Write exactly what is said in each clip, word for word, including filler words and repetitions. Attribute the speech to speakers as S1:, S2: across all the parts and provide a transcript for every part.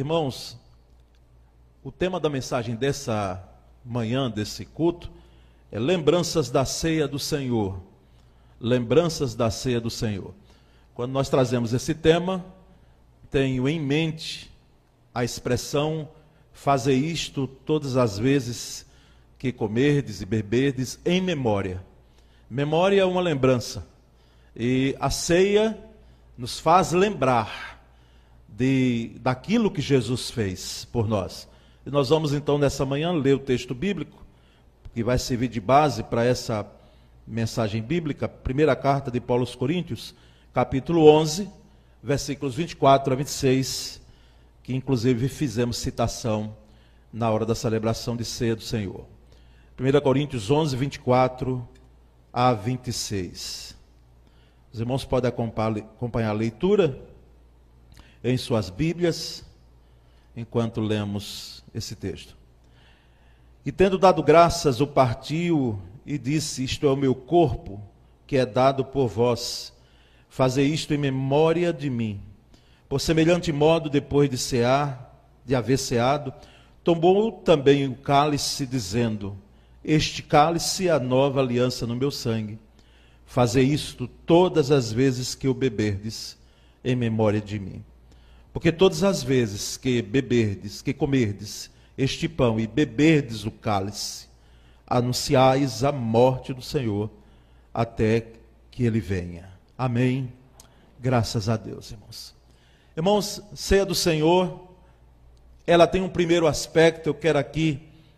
S1: Irmãos, o tema da mensagem dessa manhã, desse culto, é lembranças da ceia do Senhor. Lembranças da ceia do Senhor. Quando nós trazemos esse tema, tenho em mente a expressão fazer isto todas as vezes que comerdes e beberdes em memória. Memória é uma lembrança. E a ceia nos faz lembrar de, daquilo que Jesus fez por nós. E nós vamos então nessa manhã ler o texto bíblico, que vai servir de base para essa mensagem bíblica, primeira carta de Paulo aos Coríntios, capítulo onze, versículos vinte e quatro a vinte e seis, que inclusive fizemos citação na hora da celebração de ceia do Senhor. primeira Coríntios onze, vinte e quatro a vinte e seis. Os irmãos podem acompanhar a leitura em suas Bíblias, enquanto lemos esse texto. E tendo dado graças, o partiu e disse: isto é o meu corpo, que é dado por vós. Fazei isto em memória de mim. Por semelhante modo, depois de cear, de haver ceado, tomou também o cálice, dizendo: este cálice é a nova aliança no meu sangue. Fazei isto todas as vezes que o beberdes, em memória de mim. Porque todas as vezes que beberdes, que comerdes este pão e beberdes o cálice, anunciais a morte do Senhor, até que ele venha. Amém. Graças a Deus, irmãos. Irmãos, ceia do Senhor, ela tem um primeiro aspecto. Eu quero aqui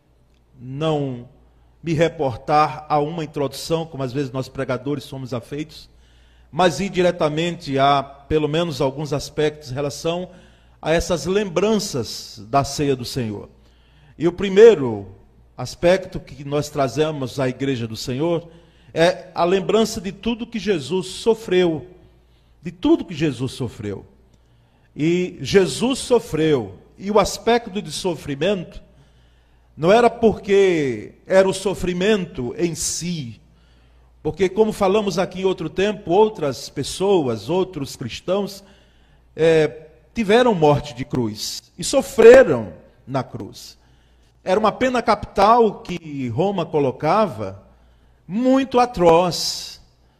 S1: não me reportar a uma introdução, como às vezes nós pregadores somos afeitos, mas ir diretamente a, pelo menos, alguns aspectos em relação a essas lembranças da ceia do Senhor. E o primeiro aspecto que nós trazemos à igreja do Senhor é a lembrança de tudo que Jesus sofreu, de tudo que Jesus sofreu. E Jesus sofreu, e o aspecto de sofrimento não era porque era o sofrimento em si, porque, como falamos aqui em outro tempo, outras pessoas, outros cristãos, é, tiveram morte de cruz e sofreram na cruz. Era uma pena capital que Roma colocava, muito atroz.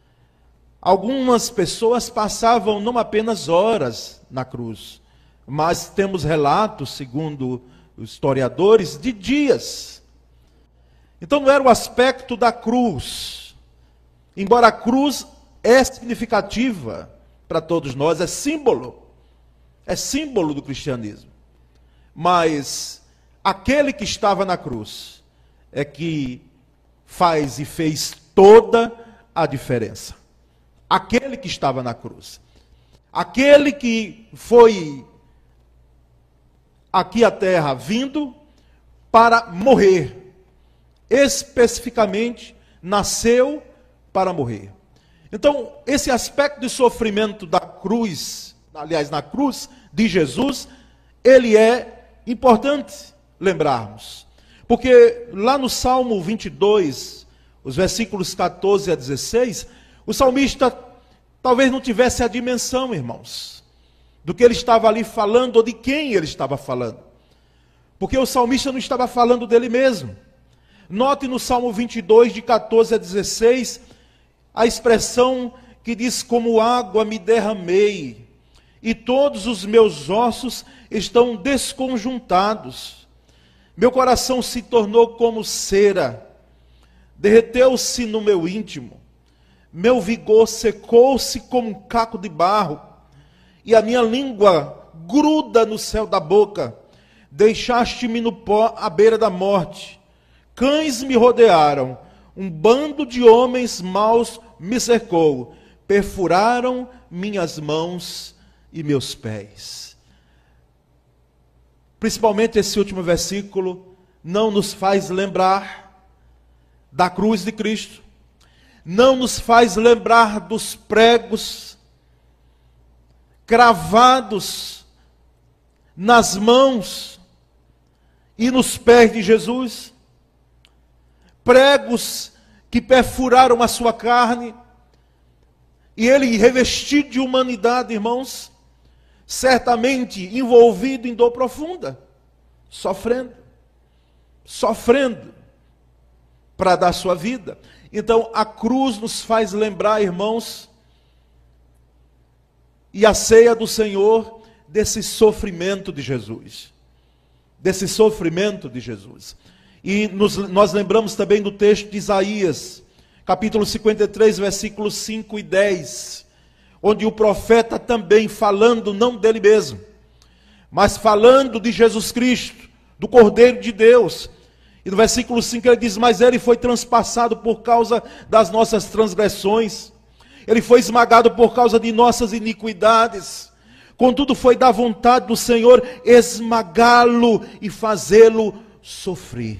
S1: Algumas pessoas passavam não apenas horas na cruz, mas temos relatos, segundo os historiadores, de dias. Então não era o aspecto da cruz, embora a cruz é significativa para todos nós, é símbolo, é símbolo do cristianismo. Mas aquele que estava na cruz é que faz e fez toda a diferença. Aquele que estava na cruz, aquele que foi aqui à terra vindo para morrer, especificamente nasceu para morrer. Então, esse aspecto de sofrimento da cruz, aliás, na cruz de Jesus, ele é importante lembrarmos. Porque lá no Salmo vinte e dois, os versículos catorze a dezesseis, o salmista talvez não tivesse a dimensão, irmãos, do que ele estava ali falando, ou de quem ele estava falando. Porque o salmista não estava falando dele mesmo. Note no Salmo vinte e dois, de catorze a dezesseis, a expressão que diz: como água me derramei, e todos os meus ossos estão desconjuntados. Meu coração se tornou como cera, derreteu-se no meu íntimo. Meu vigor secou-se como um caco de barro, e a minha língua gruda no céu da boca. Deixaste-me no pó à beira da morte. Cães me rodearam, um bando de homens maus me cercou. Perfuraram minhas mãos e meus pés. Principalmente esse último versículo não nos faz lembrar da cruz de Cristo, não nos faz lembrar dos pregos cravados nas mãos e nos pés de Jesus, pregos que perfuraram a sua carne, e ele, revestido de humanidade, irmãos, certamente envolvido em dor profunda, sofrendo, sofrendo para dar sua vida. Então a cruz nos faz lembrar, irmãos, e a ceia do Senhor, desse sofrimento de Jesus, desse sofrimento de Jesus. E nos, nós lembramos também do texto de Isaías, capítulo cinquenta e três, versículos cinco e dez, onde o profeta também falando não dele mesmo, mas falando de Jesus Cristo, do Cordeiro de Deus. E no versículo cinco ele diz: mas ele foi transpassado por causa das nossas transgressões, ele foi esmagado por causa de nossas iniquidades. Contudo foi da vontade do Senhor esmagá-lo e fazê-lo sofrer.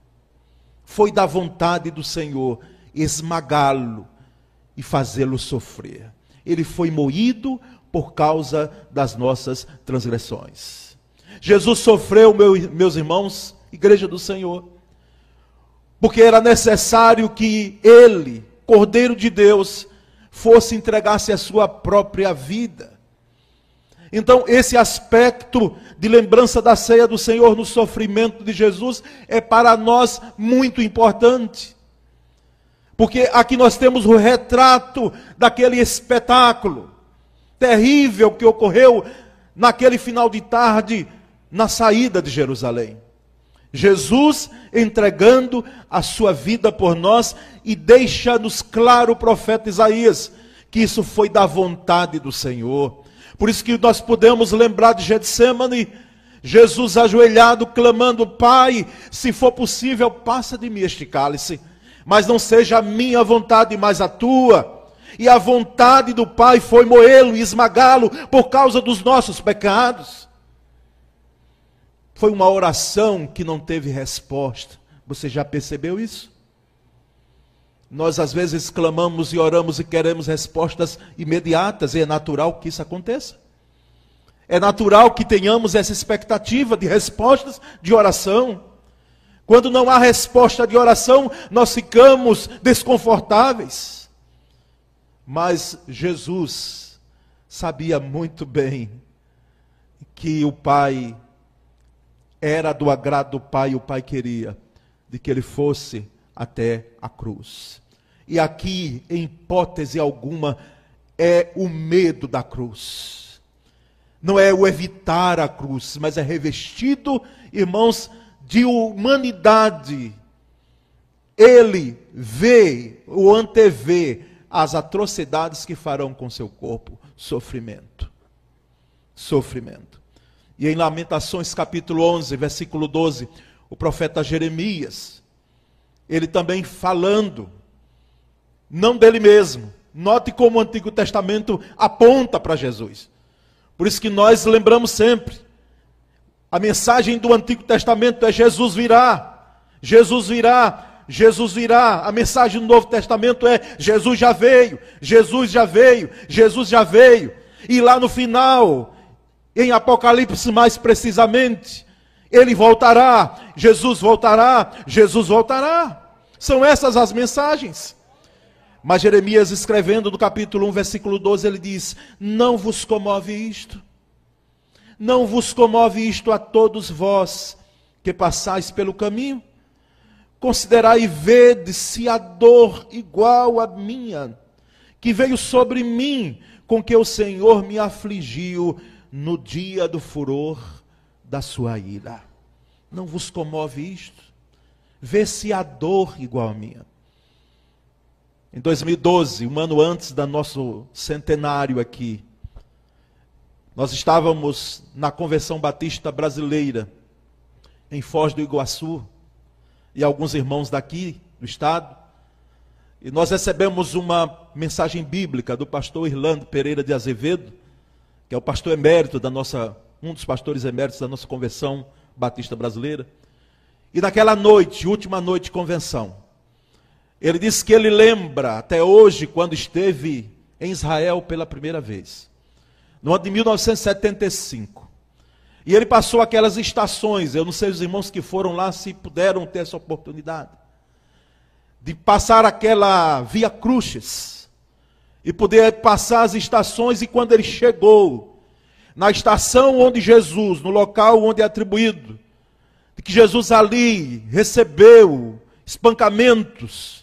S1: Foi da vontade do Senhor esmagá-lo e fazê-lo sofrer. Ele foi moído por causa das nossas transgressões. Jesus sofreu, meu, meus irmãos, igreja do Senhor, porque era necessário que ele, Cordeiro de Deus, fosse entregar-se a sua própria vida. Então esse aspecto de lembrança da ceia do Senhor no sofrimento de Jesus é para nós muito importante. Porque aqui nós temos o retrato daquele espetáculo terrível que ocorreu naquele final de tarde, na saída de Jerusalém. Jesus entregando a sua vida por nós, e deixa-nos claro o profeta Isaías, que isso foi da vontade do Senhor. Por isso que nós podemos lembrar de Getsêmani, Jesus ajoelhado, clamando: Pai, se for possível, passa de mim este cálice, mas não seja a minha vontade, mas a tua. E a vontade do Pai foi moê-lo e esmagá-lo por causa dos nossos pecados. Foi uma oração que não teve resposta. Você já percebeu isso? Nós às vezes clamamos e oramos e queremos respostas imediatas, e é natural que isso aconteça. É natural que tenhamos essa expectativa de respostas de oração. Quando não há resposta de oração, nós ficamos desconfortáveis. Mas Jesus sabia muito bem que o Pai era do agrado do Pai, e o Pai queria de que ele fosse até a cruz. E aqui, em hipótese alguma, é o medo da cruz. Não é o evitar a cruz, mas é revestido, irmãos, de humanidade. Ele vê, ou antevê, as atrocidades que farão com seu corpo. Sofrimento. Sofrimento. E em Lamentações capítulo onze, versículo doze, o profeta Jeremias, ele também falando, não dele mesmo. Note como o Antigo Testamento aponta para Jesus. Por isso que nós lembramos sempre, a mensagem do Antigo Testamento é: Jesus virá, Jesus virá, Jesus virá. A mensagem do Novo Testamento é: Jesus já veio, Jesus já veio, Jesus já veio. E lá no final, em Apocalipse mais precisamente, ele voltará, Jesus voltará, Jesus voltará. São essas as mensagens. Mas Jeremias, escrevendo no capítulo um, versículo doze, ele diz: não vos comove isto? Não vos comove isto a todos vós que passais pelo caminho? Considerai e vede se a dor igual à minha, que veio sobre mim, com que o Senhor me afligiu no dia do furor da sua ira. Não vos comove isto? Vê se a dor igual à minha. Em dois mil e doze, um ano antes do nosso centenário aqui, nós estávamos na Convenção Batista Brasileira, em Foz do Iguaçu, e alguns irmãos daqui, do estado, e nós recebemos uma mensagem bíblica do pastor Irlando Pereira de Azevedo, que é o pastor emérito da nossa, um dos pastores eméritos da nossa Convenção Batista Brasileira. E naquela noite, última noite de convenção, ele disse que ele lembra até hoje quando esteve em Israel pela primeira vez, no ano de mil novecentos e setenta e cinco. E ele passou aquelas estações, eu não sei os irmãos que foram lá se puderam ter essa oportunidade, de passar aquela Via Crucis, e poder passar as estações, e quando ele chegou na estação onde Jesus, no local onde é atribuído, de que Jesus ali recebeu espancamentos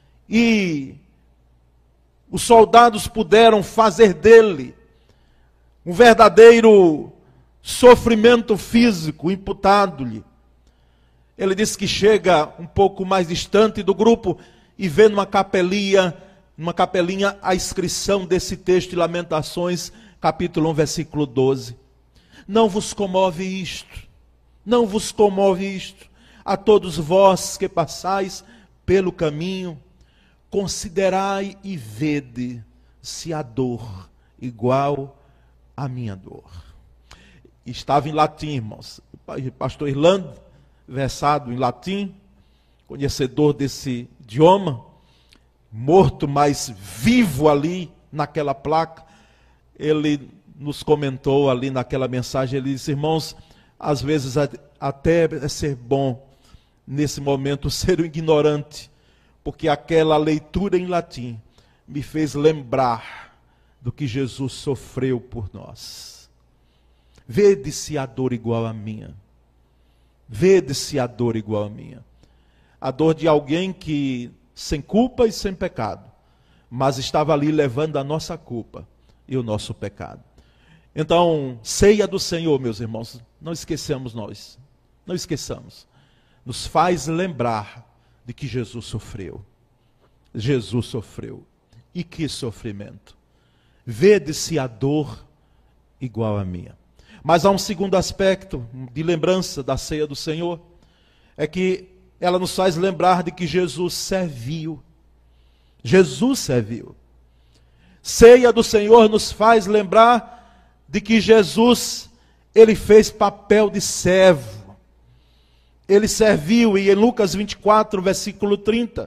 S1: e os soldados puderam fazer dele um verdadeiro sofrimento físico imputado-lhe. Ele disse que chega um pouco mais distante do grupo e vê numa capelinha, numa capelinha a inscrição desse texto de Lamentações, capítulo um, versículo doze. Não vos comove isto, não vos comove isto, a todos vós que passais pelo caminho, considerai e vede se há dor igual à minha dor. Estava em latim, irmãos. Pastor Irlando, versado em latim, conhecedor desse idioma, morto, mas vivo ali naquela placa, ele nos comentou ali naquela mensagem, ele disse: irmãos, às vezes até é ser bom nesse momento ser um ignorante, porque aquela leitura em latim me fez lembrar do que Jesus sofreu por nós. Vede-se a dor igual à minha. Vede-se a dor igual à minha. A dor de alguém que, sem culpa e sem pecado, mas estava ali levando a nossa culpa e o nosso pecado. Então, ceia do Senhor, meus irmãos, não esqueçamos nós, não esqueçamos, nos faz lembrar de que Jesus sofreu. Jesus sofreu. E que sofrimento. Vede-se a dor igual à minha. Mas há um segundo aspecto de lembrança da ceia do Senhor, é que ela nos faz lembrar de que Jesus serviu. Jesus serviu. Ceia do Senhor nos faz lembrar de que Jesus, ele fez papel de servo. Ele serviu, e em Lucas vinte e quatro, versículo trinta,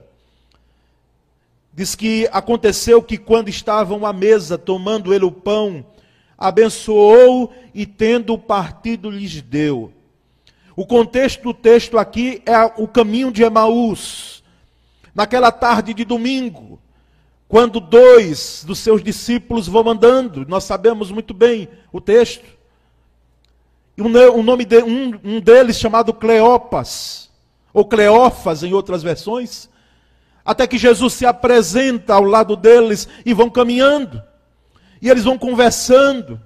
S1: diz que aconteceu que quando estavam à mesa, tomando ele o pão, abençoou e tendo o partido lhes deu. O contexto do texto aqui é o caminho de Emaús. Naquela tarde de domingo, quando dois dos seus discípulos vão andando, nós sabemos muito bem o texto. Um, nome de, um, um deles chamado Cleopas, ou Cleófas em outras versões, até que Jesus se apresenta ao lado deles e vão caminhando. E eles vão conversando.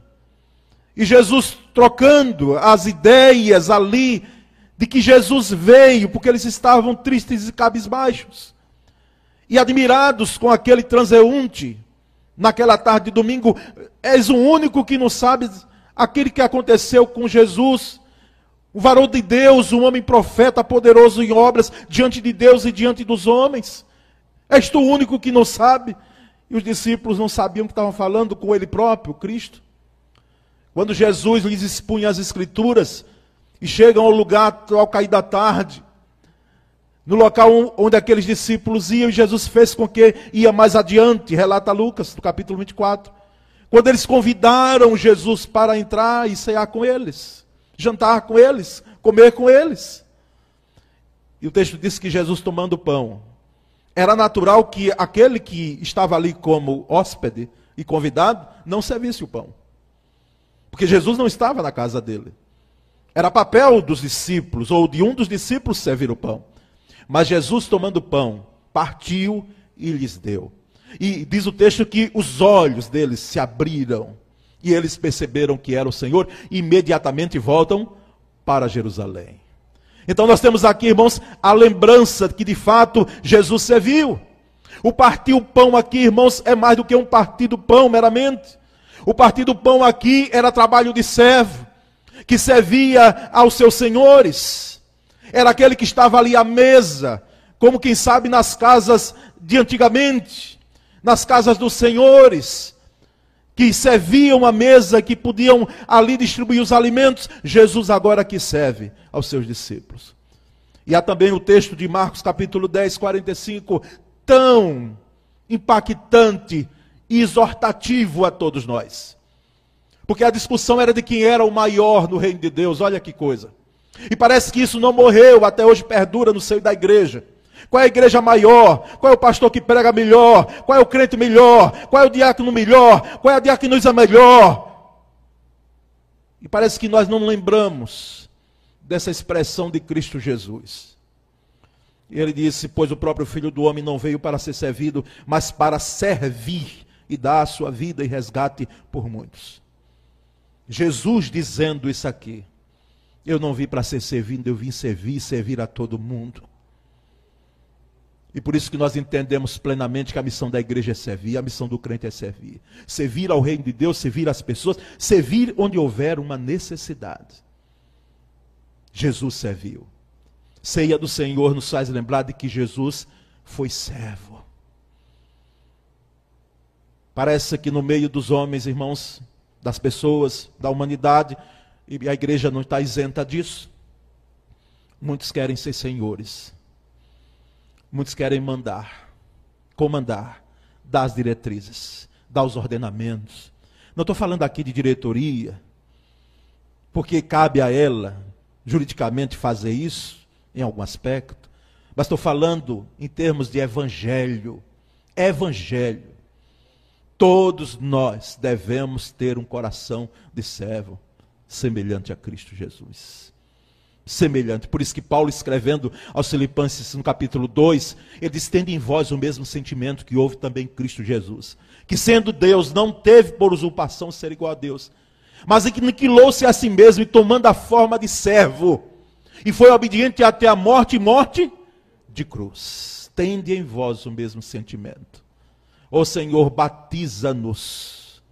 S1: E Jesus trocando as ideias ali de que Jesus veio, porque eles estavam tristes e cabisbaixos. E admirados com aquele transeunte, naquela tarde de domingo, és o único que não sabe aquilo que aconteceu com Jesus, o varão de Deus, um homem profeta, poderoso em obras, diante de Deus e diante dos homens. És tu o único que não sabe. E os discípulos não sabiam que estavam falando com ele próprio, Cristo. Quando Jesus lhes expunha as Escrituras, e chegam ao lugar ao cair da tarde, no local onde aqueles discípulos iam, Jesus fez com que ia mais adiante, relata Lucas, no capítulo vinte e quatro. Quando eles convidaram Jesus para entrar e cear com eles, jantar com eles, comer com eles. E o texto diz que Jesus tomando pão, era natural que aquele que estava ali como hóspede e convidado, não servisse o pão. Porque Jesus não estava na casa dele. Era papel dos discípulos, ou de um dos discípulos servir o pão. Mas Jesus tomando pão, partiu e lhes deu. E diz o texto que os olhos deles se abriram, e eles perceberam que era o Senhor, e imediatamente voltam para Jerusalém. Então nós temos aqui, irmãos, a lembrança de que de fato Jesus serviu. O partir o pão aqui, irmãos, é mais do que um partir do pão meramente. O partir do pão aqui era trabalho de servo, que servia aos seus senhores. Era aquele que estava ali à mesa, como quem sabe nas casas de antigamente, nas casas dos senhores, que serviam a mesa, que podiam ali distribuir os alimentos. Jesus agora que serve aos seus discípulos. E há também o texto de Marcos capítulo dez, quarenta e cinco, tão impactante e exortativo a todos nós. Porque a discussão era de quem era o maior no reino de Deus, olha que coisa. E parece que isso não morreu, até hoje perdura no seio da igreja. Qual é a igreja maior? Qual é o pastor que prega melhor? Qual é o crente melhor? Qual é o diácono melhor? Qual é a diaconisa melhor? E parece que nós não lembramos dessa expressão de Cristo Jesus. E ele disse, pois o próprio Filho do Homem não veio para ser servido, mas para servir e dar a sua vida e resgate por muitos. Jesus dizendo isso aqui, eu não vim para ser servido, eu vim servir e servir a todo mundo. E por isso que nós entendemos plenamente que a missão da igreja é servir, a missão do crente é servir. Servir ao reino de Deus, servir às pessoas, servir onde houver uma necessidade. Jesus serviu. Ceia do Senhor nos faz lembrar de que Jesus foi servo. Parece que no meio dos homens, irmãos, das pessoas, da humanidade, e a igreja não está isenta disso. Muitos querem ser senhores. Muitos querem mandar, comandar, dar as diretrizes, dar os ordenamentos. Não estou falando aqui de diretoria, porque cabe a ela, juridicamente, fazer isso, em algum aspecto. Mas estou falando em termos de evangelho. Evangelho. Todos nós devemos ter um coração de servo, semelhante a Cristo Jesus. Semelhante. Por isso que Paulo, escrevendo aos Filipenses no capítulo dois, ele diz, tende em vós o mesmo sentimento que houve também em Cristo Jesus, que sendo Deus, não teve por usurpação ser igual a Deus, mas aniquilou-se a si mesmo e tomando a forma de servo, e foi obediente até a morte, e morte de cruz. Tende em vós o mesmo sentimento. Ó Senhor, batiza-nos,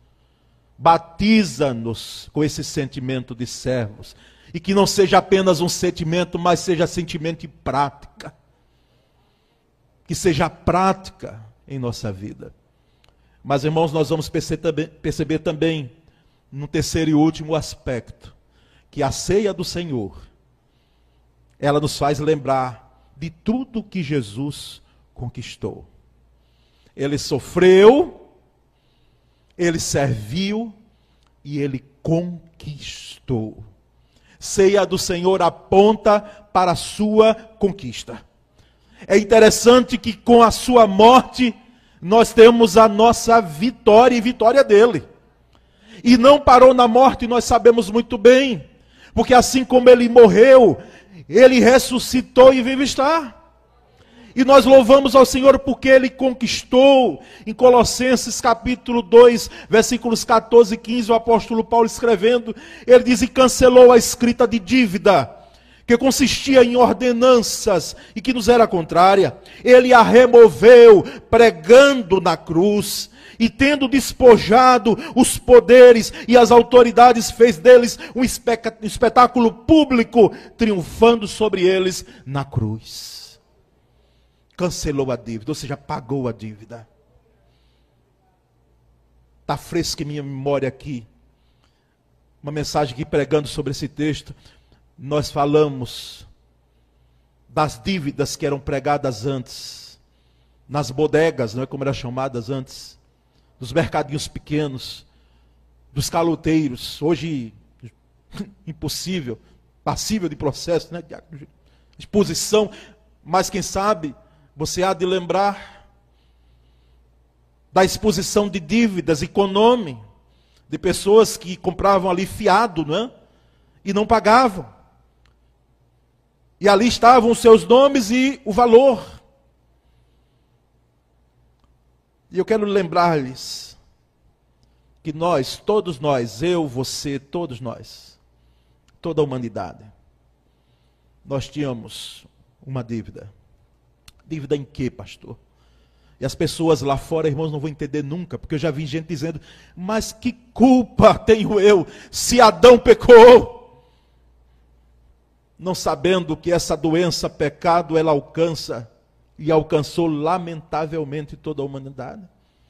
S1: batiza-nos com esse sentimento de servos, e que não seja apenas um sentimento, mas seja sentimento e prática. Que seja prática em nossa vida. Mas, irmãos, nós vamos perceber, perceber também, no terceiro e último aspecto, que a ceia do Senhor, ela nos faz lembrar de tudo que Jesus conquistou. Ele sofreu, ele serviu e ele conquistou. Ceia do Senhor aponta para a sua conquista. É interessante que com a sua morte, nós temos a nossa vitória e vitória dele. E não parou na morte, nós sabemos muito bem. Porque assim como ele morreu, ele ressuscitou e vive está. E nós louvamos ao Senhor porque ele conquistou. Em Colossenses capítulo dois, versículos catorze e quinze, o apóstolo Paulo escrevendo, ele diz, e cancelou a escrita de dívida, que consistia em ordenanças e que nos era contrária. Ele a removeu, pregando na cruz, e tendo despojado os poderes e as autoridades, fez deles um espetáculo público, triunfando sobre eles na cruz. Cancelou a dívida, ou seja, pagou a dívida. Está fresca em minha memória aqui, uma mensagem que pregando sobre esse texto, nós falamos das dívidas que eram pregadas antes, nas bodegas, não é como eram chamadas antes, dos mercadinhos pequenos, dos caloteiros, hoje impossível, passível de processo, né, de exposição, mas quem sabe, você há de lembrar da exposição de dívidas e com nome, de pessoas que compravam ali fiado, não é? E não pagavam. E ali estavam os seus nomes e o valor. E eu quero lembrar-lhes que nós, todos nós, eu, você, todos nós, toda a humanidade, nós tínhamos uma dívida. Dívida em quê, pastor? E as pessoas lá fora, irmãos, não vão entender nunca, porque eu já vi gente dizendo, mas que culpa tenho eu se Adão pecou? Não sabendo que essa doença, pecado, ela alcança e alcançou lamentavelmente toda a humanidade.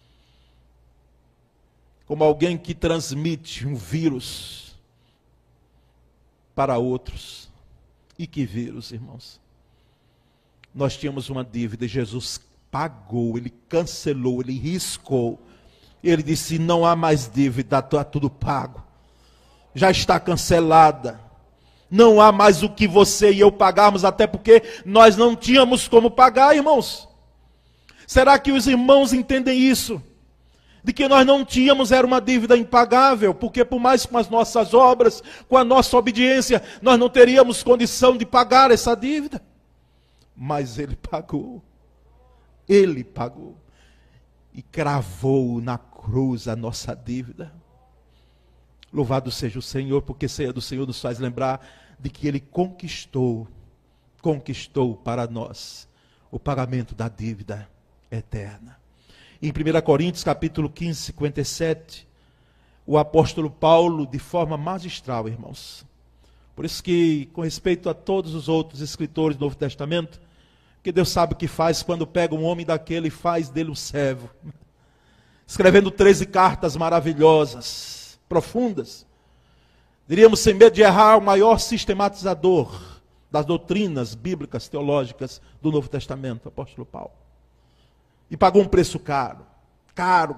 S1: Como alguém que transmite um vírus para outros. E que vírus, irmãos? Nós tínhamos uma dívida e Jesus pagou, ele cancelou, ele riscou. Ele disse, não há mais dívida, está tudo pago. Já está cancelada. Não há mais o que você e eu pagarmos, até porque nós não tínhamos como pagar, irmãos. Será que os irmãos entendem isso? de que nós não tínhamos era uma dívida impagável, porque por mais com as nossas obras, com a nossa obediência, nós não teríamos condição de pagar essa dívida. Mas Ele pagou. Ele pagou. E cravou na cruz a nossa dívida. Louvado seja o Senhor, porque ceia do Senhor nos faz lembrar de que Ele conquistou, conquistou para nós o pagamento da dívida eterna. Em primeira Coríntios, capítulo quinze, cinquenta e sete, o apóstolo Paulo, de forma magistral, irmãos. Por isso que, com respeito a todos os outros escritores do Novo Testamento, que Deus sabe o que faz quando pega um homem daquele e faz dele um servo. Escrevendo treze cartas maravilhosas, profundas. Diríamos, sem medo de errar, o maior sistematizador das doutrinas bíblicas, teológicas do Novo Testamento, o apóstolo Paulo. E pagou um preço caro, caro.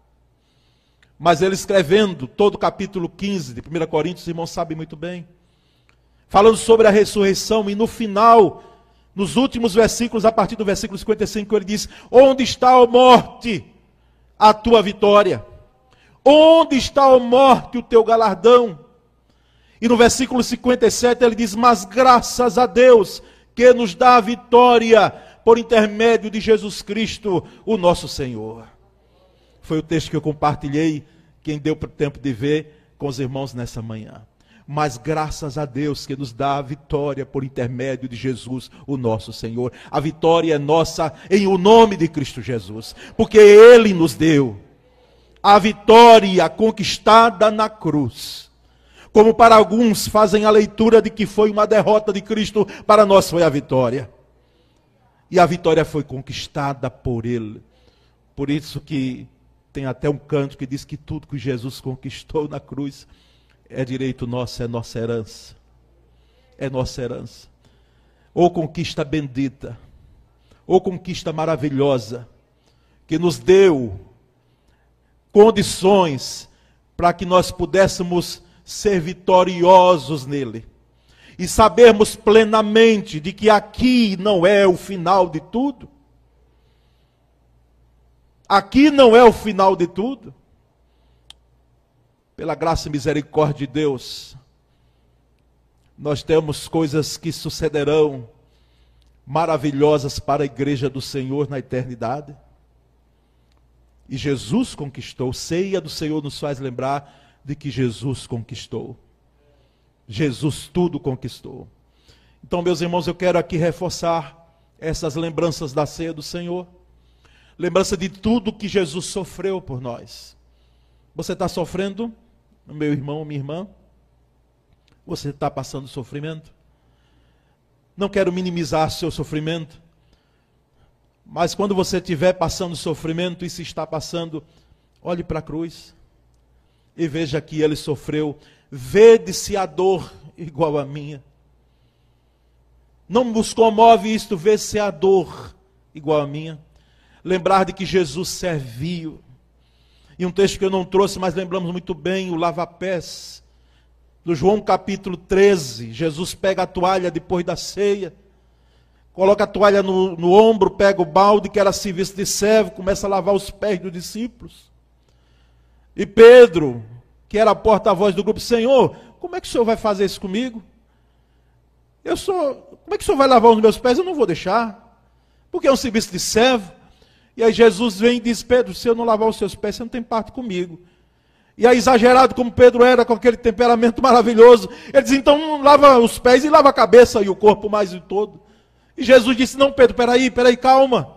S1: Mas ele escrevendo todo o capítulo quinze de primeira Coríntios, os irmãos sabem muito bem, falando sobre a ressurreição, e no final, nos últimos versículos, a partir do versículo cinquenta e cinco, ele diz: onde está, ó morte, a tua vitória? Onde está, ó morte, o teu galardão? E no versículo cinquenta e sete ele diz: mas graças a Deus, que nos dá a vitória, por intermédio de Jesus Cristo, o nosso Senhor. Foi o texto que eu compartilhei, quem deu para o tempo de ver com os irmãos nessa manhã. Mas graças a Deus que nos dá a vitória por intermédio de Jesus, o nosso Senhor. A vitória é nossa em o nome de Cristo Jesus, porque Ele nos deu a vitória conquistada na cruz. Como para alguns fazem a leitura de que foi uma derrota de Cristo, para nós foi a vitória. E a vitória foi conquistada por Ele. Por isso que tem até um canto que diz que tudo que Jesus conquistou na cruz é direito nosso, é nossa herança. É nossa herança. Ou conquista bendita, ou conquista maravilhosa, que nos deu condições para que nós pudéssemos ser vitoriosos nele. E sabermos plenamente de que aqui não é o final de tudo. Aqui não é o final de tudo. Pela graça e misericórdia de Deus, nós temos coisas que sucederão maravilhosas para a igreja do Senhor na eternidade. E Jesus conquistou. Ceia do Senhor nos faz lembrar de que Jesus conquistou. Jesus tudo conquistou. Então, meus irmãos, eu quero aqui reforçar essas lembranças da ceia do Senhor. Lembrança de tudo que Jesus sofreu por nós. Você está sofrendo, meu irmão, minha irmã? Você está passando sofrimento? Não quero minimizar seu sofrimento, mas quando você estiver passando sofrimento, e se está passando, olhe para a cruz e veja que Ele sofreu. Vede-se a dor igual a minha. Não nos comove isto, vê-se a dor igual a minha. Lembrar de que Jesus serviu. E um texto que eu não trouxe, mas lembramos muito bem, o lava-pés. Do João capítulo treze, Jesus pega a toalha depois da ceia, coloca a toalha no, no ombro, pega o balde, que era serviço de servo, começa a lavar os pés dos discípulos. E Pedro, que era a porta-voz do grupo: Senhor, como é que o Senhor vai fazer isso comigo? Eu sou, como é que o Senhor vai lavar os meus pés? Eu não vou deixar, porque é um serviço de servo. E aí Jesus vem e diz: Pedro, se eu não lavar os seus pés, você não tem parte comigo. E aí, exagerado como Pedro era, com aquele temperamento maravilhoso, ele diz: então lava os pés e lava a cabeça e o corpo mais do todo. E Jesus disse: não, Pedro, peraí, peraí, calma.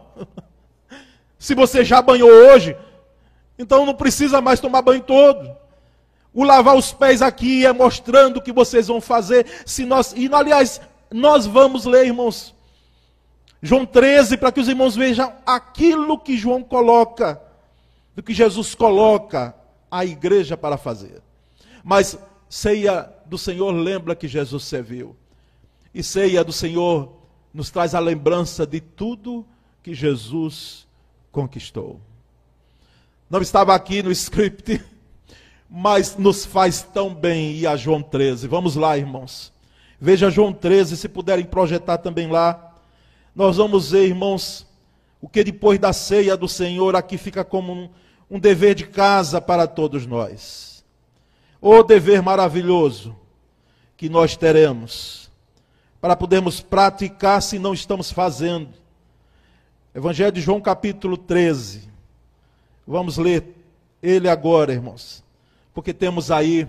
S1: Se você já banhou hoje, então não precisa mais tomar banho todo. O lavar os pés aqui é mostrando o que vocês vão fazer. Se nós, e aliás, nós vamos ler, irmãos, João treze, para que os irmãos vejam aquilo que João coloca, do que Jesus coloca a igreja para fazer. Mas ceia do Senhor lembra que Jesus serviu. E ceia do Senhor nos traz a lembrança de tudo que Jesus conquistou. Não estava aqui no script, mas nos faz tão bem ir a João treze. Vamos lá, irmãos. Veja João treze, se puderem projetar também lá. Nós vamos ver, irmãos, o que depois da ceia do Senhor aqui fica como um, um dever de casa para todos nós. O dever maravilhoso que nós teremos para podermos praticar se não estamos fazendo. Evangelho de João capítulo treze. Vamos ler ele agora, irmãos, porque temos aí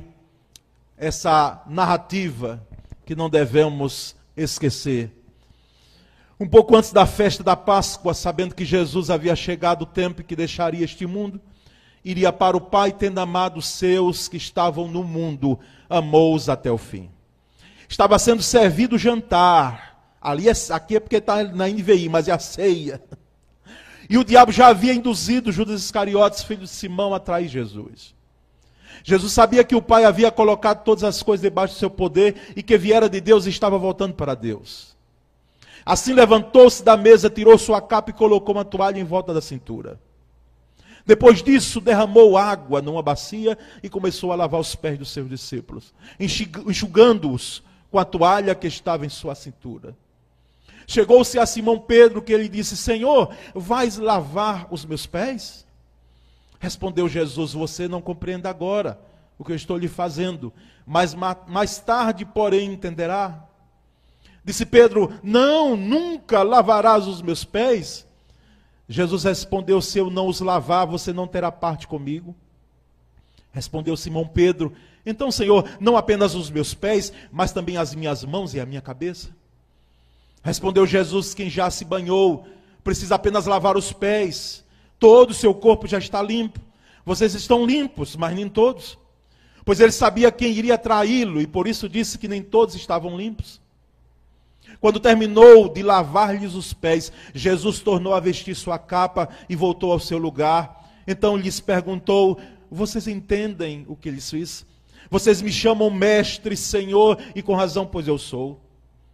S1: essa narrativa que não devemos esquecer. Um pouco antes da festa da Páscoa, sabendo que Jesus havia chegado o tempo que deixaria este mundo, iria para o Pai, tendo amado os seus que estavam no mundo, amou-os até o fim. Estava sendo servido o jantar. Ali é, aqui é porque está na N V I, mas é a ceia. E o diabo já havia induzido Judas Iscariotes, filho de Simão, a trair Jesus. Jesus sabia que o Pai havia colocado todas as coisas debaixo do seu poder e que viera de Deus e estava voltando para Deus. Assim levantou-se da mesa, tirou sua capa e colocou uma toalha em volta da cintura. Depois disso, derramou água numa bacia e começou a lavar os pés dos seus discípulos, enxugando-os com a toalha que estava em sua cintura. Chegou-se a Simão Pedro, que ele disse: Senhor, vais lavar os meus pés? Respondeu Jesus: você não compreende agora o que eu estou lhe fazendo, mas mais tarde, porém, entenderá. Disse Pedro: não, nunca lavarás os meus pés. Jesus respondeu: se eu não os lavar, você não terá parte comigo. Respondeu Simão Pedro: então, Senhor, não apenas os meus pés, mas também as minhas mãos e a minha cabeça? Respondeu Jesus: quem já se banhou, precisa apenas lavar os pés. Todo o seu corpo já está limpo. Vocês estão limpos, mas nem todos. Pois ele sabia quem iria traí-lo, e por isso disse que nem todos estavam limpos. Quando terminou de lavar-lhes os pés, Jesus tornou a vestir sua capa e voltou ao seu lugar. Então lhes perguntou: vocês entendem o que lhes fiz? Vocês me chamam mestre, Senhor, e com razão, pois eu sou.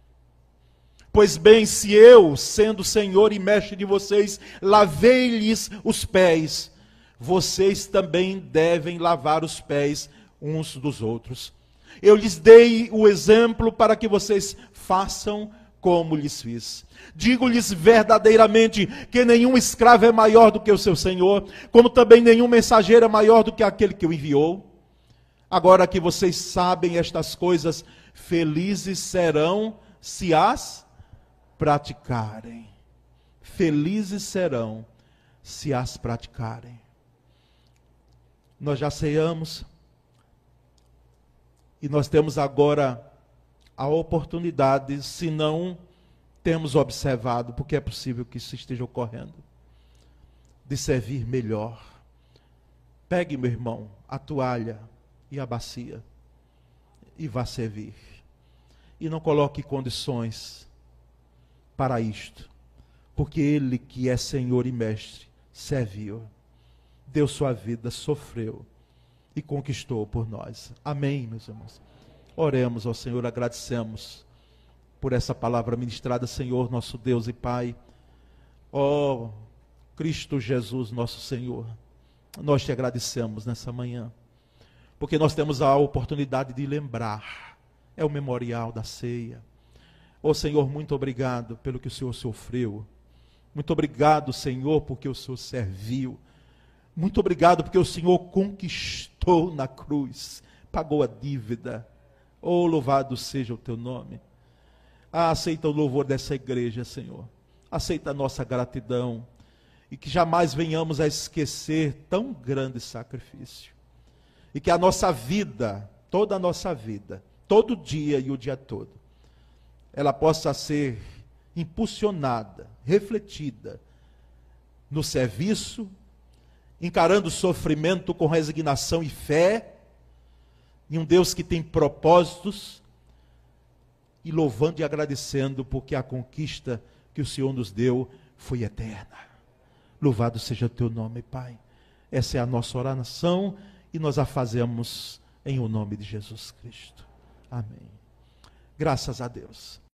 S1: Pois bem, se eu, sendo Senhor e mestre de vocês, lavei-lhes os pés, vocês também devem lavar os pés uns dos outros. Eu lhes dei o exemplo para que vocês façam como lhes fiz. Digo-lhes verdadeiramente que nenhum escravo é maior do que o seu senhor, como também nenhum mensageiro é maior do que aquele que o enviou. Agora que vocês sabem estas coisas, felizes serão se as praticarem. Felizes serão se as praticarem. Nós já ceiamos e nós temos agora a oportunidade, se não temos observado, porque é possível que isso esteja ocorrendo, de servir melhor. Pegue, meu irmão, a toalha e a bacia e vá servir. E não coloque condições para isto, porque ele que é Senhor e Mestre, serviu, deu sua vida, sofreu e conquistou por nós. Amém, meus irmãos? Oremos ao Senhor, agradecemos por essa palavra ministrada, Senhor, nosso Deus e Pai. Ó Cristo Jesus, nosso Senhor, nós te agradecemos nessa manhã, porque nós temos a oportunidade de lembrar, é o memorial da ceia. Ó Senhor, muito obrigado pelo que o Senhor sofreu. Muito obrigado, Senhor, porque o Senhor serviu. Muito obrigado porque o Senhor conquistou na cruz, pagou a dívida. Oh, louvado seja o teu nome. Ah, aceita o louvor dessa igreja, Senhor. Aceita a nossa gratidão. E que jamais venhamos a esquecer tão grande sacrifício. E que a nossa vida, toda a nossa vida, todo dia e o dia todo, ela possa ser impulsionada, refletida no serviço, encarando o sofrimento com resignação e fé, em um Deus que tem propósitos, e louvando e agradecendo, porque a conquista que o Senhor nos deu foi eterna. Louvado seja o teu nome, Pai. Essa é a nossa oração, e nós a fazemos em o nome de Jesus Cristo. Amém. Graças a Deus.